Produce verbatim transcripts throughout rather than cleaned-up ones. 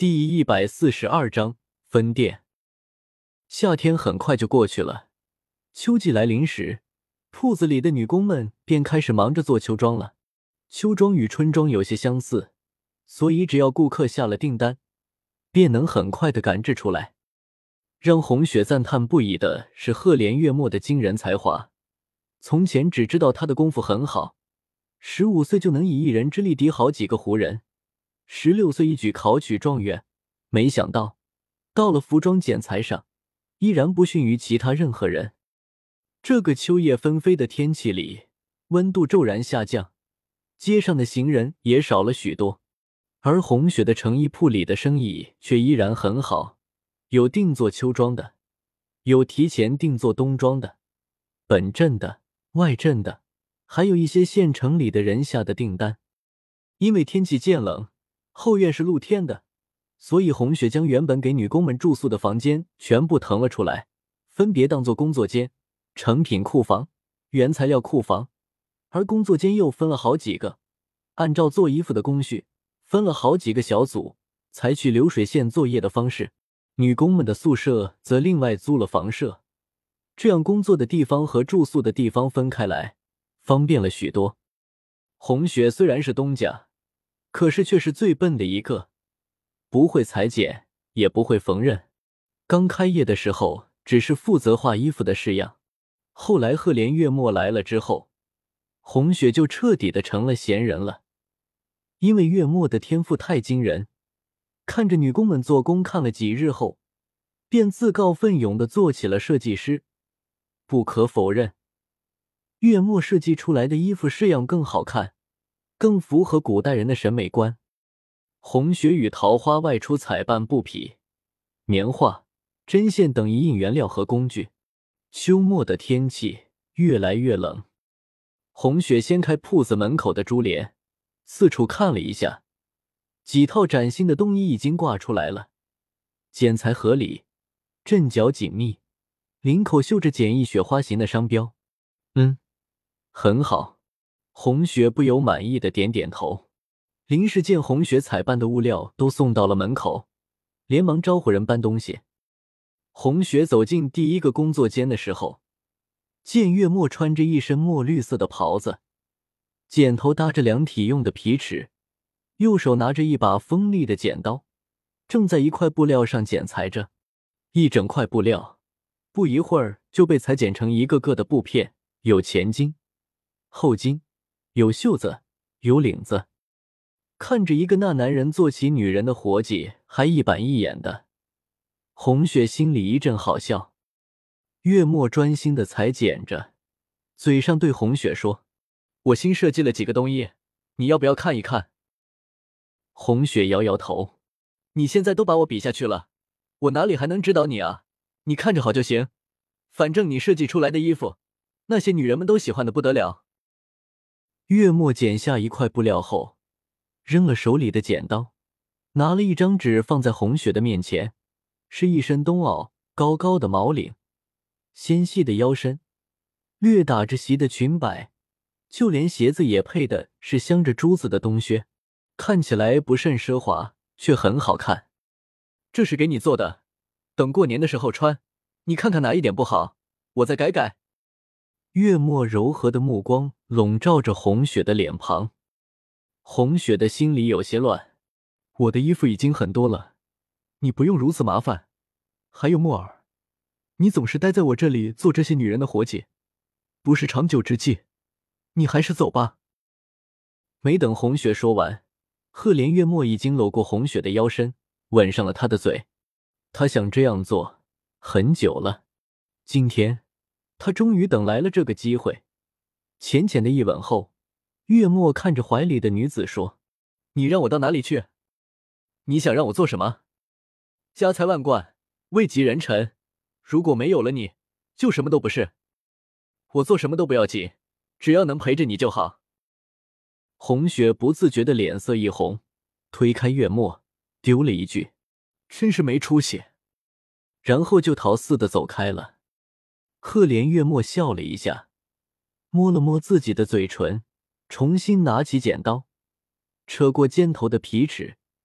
第一百四十二章分店。夏天很快就过去了，秋季来临时，铺子里的女工们便开始忙着做秋装了。秋装与春装有些相似，所以只要顾客下了订单，便能很快地赶制出来。让红雪赞叹不已的是赫连月末的惊人才华。从前只知道他的功夫很好，十五岁就能以一人之力敌好几个胡人，十六岁一举考取状元，没想到到了服装剪裁上依然不逊于其他任何人。这个秋叶纷飞的天气里，温度骤然下降，街上的行人也少了许多，而红雪的成衣铺里的生意却依然很好，有定做秋装的，有提前定做冬装的，本镇的、外镇的，还有一些县城里的人下的订单。因为天气渐冷，后院是露天的，所以红雪将原本给女工们住宿的房间全部腾了出来，分别当作工作间、成品库房、原材料库房，而工作间又分了好几个，按照做衣服的工序分了好几个小组，采取流水线作业的方式。女工们的宿舍则另外租了房舍，这样工作的地方和住宿的地方分开来，方便了许多。红雪虽然是东家，可是却是最笨的一个，不会裁剪，也不会缝纫。刚开业的时候只是负责画衣服的式样，后来赫连月末来了之后，红雪就彻底的成了闲人了。因为月末的天赋太惊人，看着女工们做工看了几日后，便自告奋勇地做起了设计师。不可否认，月末设计出来的衣服式样更好看，更符合古代人的审美观。红雪与桃花外出采办布匹、棉花、针线等一应原料和工具。秋末的天气越来越冷，红雪掀开铺子门口的珠帘，四处看了一下，几套崭新的冬衣已经挂出来了，剪裁合理，阵脚紧密，领口绣着简易雪花形的商标。嗯，很好。红雪不由满意的点点头。林氏见红雪采办的物料都送到了门口，连忙招呼人搬东西。红雪走进第一个工作间的时候，见月末穿着一身墨绿色的袍子，剪头搭着量体用的皮尺，右手拿着一把锋利的剪刀，正在一块布料上剪裁着。一整块布料不一会儿就被裁剪成一个个的布片，有前襟、后襟，有袖子，有领子。看着一个那男人做起女人的活计还一板一眼的，红雪心里一阵好笑。月末专心地裁剪着，嘴上对红雪说：“我新设计了几个冬衣，你要不要看一看？”红雪摇摇头：“你现在都把我比下去了，我哪里还能指导你啊？你看着好就行，反正你设计出来的衣服，那些女人们都喜欢的不得了。”月末剪下一块布料后，扔了手里的剪刀，拿了一张纸放在红雪的面前，是一身冬袄，高高的毛领，纤细的腰身，略打着席的裙摆，就连鞋子也配的是镶着珠子的冬靴，看起来不甚奢华，却很好看。这是给你做的，等过年的时候穿，你看看哪一点不好，我再改改。月末柔和的目光笼罩着红雪的脸庞，红雪的心里有些乱。我的衣服已经很多了，你不用如此麻烦。还有木耳，你总是待在我这里做这些女人的活计，不是长久之计，你还是走吧。没等红雪说完，赫连月末已经搂过红雪的腰身，吻上了她的嘴。他想这样做很久了，今天他终于等来了这个机会。浅浅的一吻后，月末看着怀里的女子说：“你让我到哪里去？你想让我做什么？家财万贯，位极人臣，如果没有了你，就什么都不是。我做什么都不要紧，只要能陪着你就好。”红雪不自觉的脸色一红，推开月末，丢了一句：“真是没出息。”然后就逃似的走开了。赫连月末笑了一下，摸了摸自己的嘴唇，重新拿起剪刀，扯过肩头的皮尺，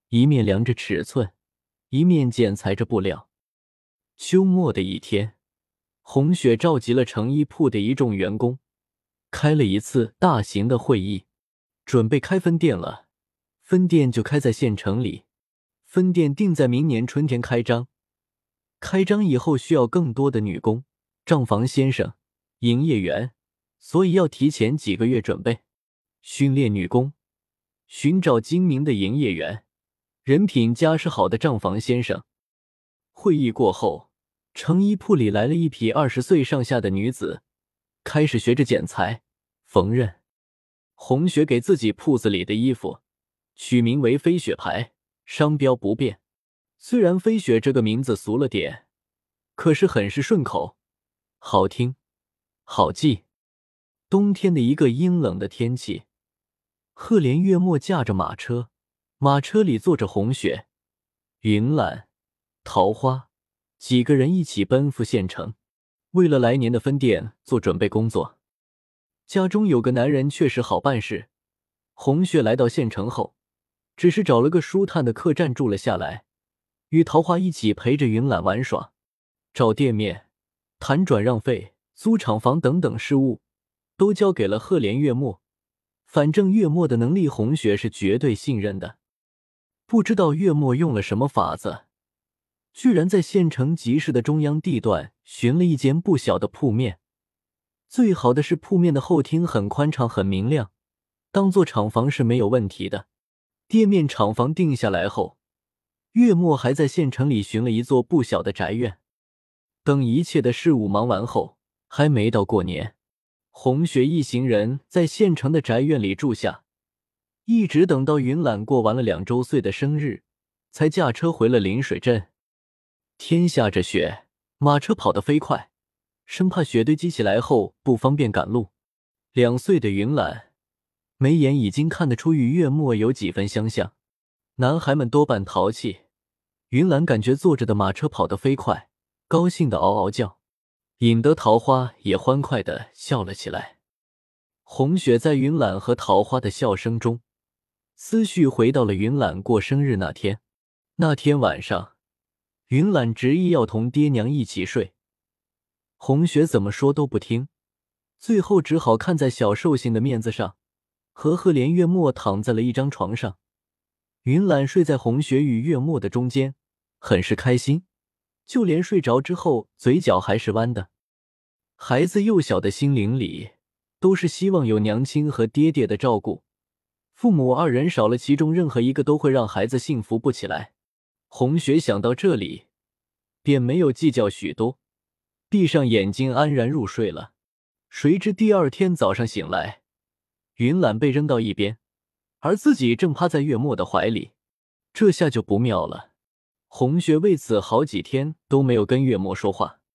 一面量着尺寸，一面剪裁着布料。秋末的一天，红雪召集了成衣铺的一众员工，开了一次大型的会议，准备开分店了。分店就开在县城里，分店定在明年春天开张。开张以后需要更多的女工、账房先生、营业员，所以要提前几个月准备，训练女工，寻找精明的营业员，人品家世好的账房先生。会议过后，成衣铺里来了一批二十岁上下的女子，开始学着剪裁、缝纫。红雪给自己铺子里的衣服取名为飞雪牌，商标不变。虽然飞雪这个名字俗了点，可是很是顺口，好听，好记。冬天的一个阴冷的天气，赫连月末驾着马车，马车里坐着红雪、云岚、桃花几个人一起奔赴县城，为了来年的分店做准备工作。家中有个男人确实好办事，红雪来到县城后，只是找了个舒坦的客栈住了下来，与桃花一起陪着云岚玩耍，找店面、谈转让费、租厂房等等事务，都交给了赫连月末。反正月末的能力红雪是绝对信任的。不知道月末用了什么法子，居然在县城集市的中央地段寻了一间不小的铺面。最好的是铺面的后厅很宽敞很明亮，当做厂房是没有问题的。店面厂房定下来后，月末还在县城里寻了一座不小的宅院。等一切的事务忙完后，还没到过年，红雪一行人在县城的宅院里住下，一直等到云岚过完了两周岁的生日，才驾车回了临水镇。天下着雪，马车跑得飞快，生怕雪堆积起来后不方便赶路。两岁的云岚眉眼已经看得出与月末有几分相像。男孩们多半淘气，云岚感觉坐着的马车跑得飞快，高兴地嗷嗷叫，引得桃花也欢快地笑了起来。红雪在云岚和桃花的笑声中，思绪回到了云岚过生日那天。那天晚上，云岚执意要同爹娘一起睡，红雪怎么说都不听，最后只好看在小寿星的面子上，和赫连月末躺在了一张床上。云岚睡在红雪与月末的中间，很是开心，就连睡着之后嘴角还是弯的。孩子幼小的心灵里都是希望有娘亲和爹爹的照顾，父母二人少了其中任何一个都会让孩子幸福不起来。红雪想到这里，便没有计较许多，闭上眼睛安然入睡了。谁知第二天早上醒来，云岚被扔到一边，而自己正趴在月末的怀里，这下就不妙了。红雪为此好几天都没有跟月末说话。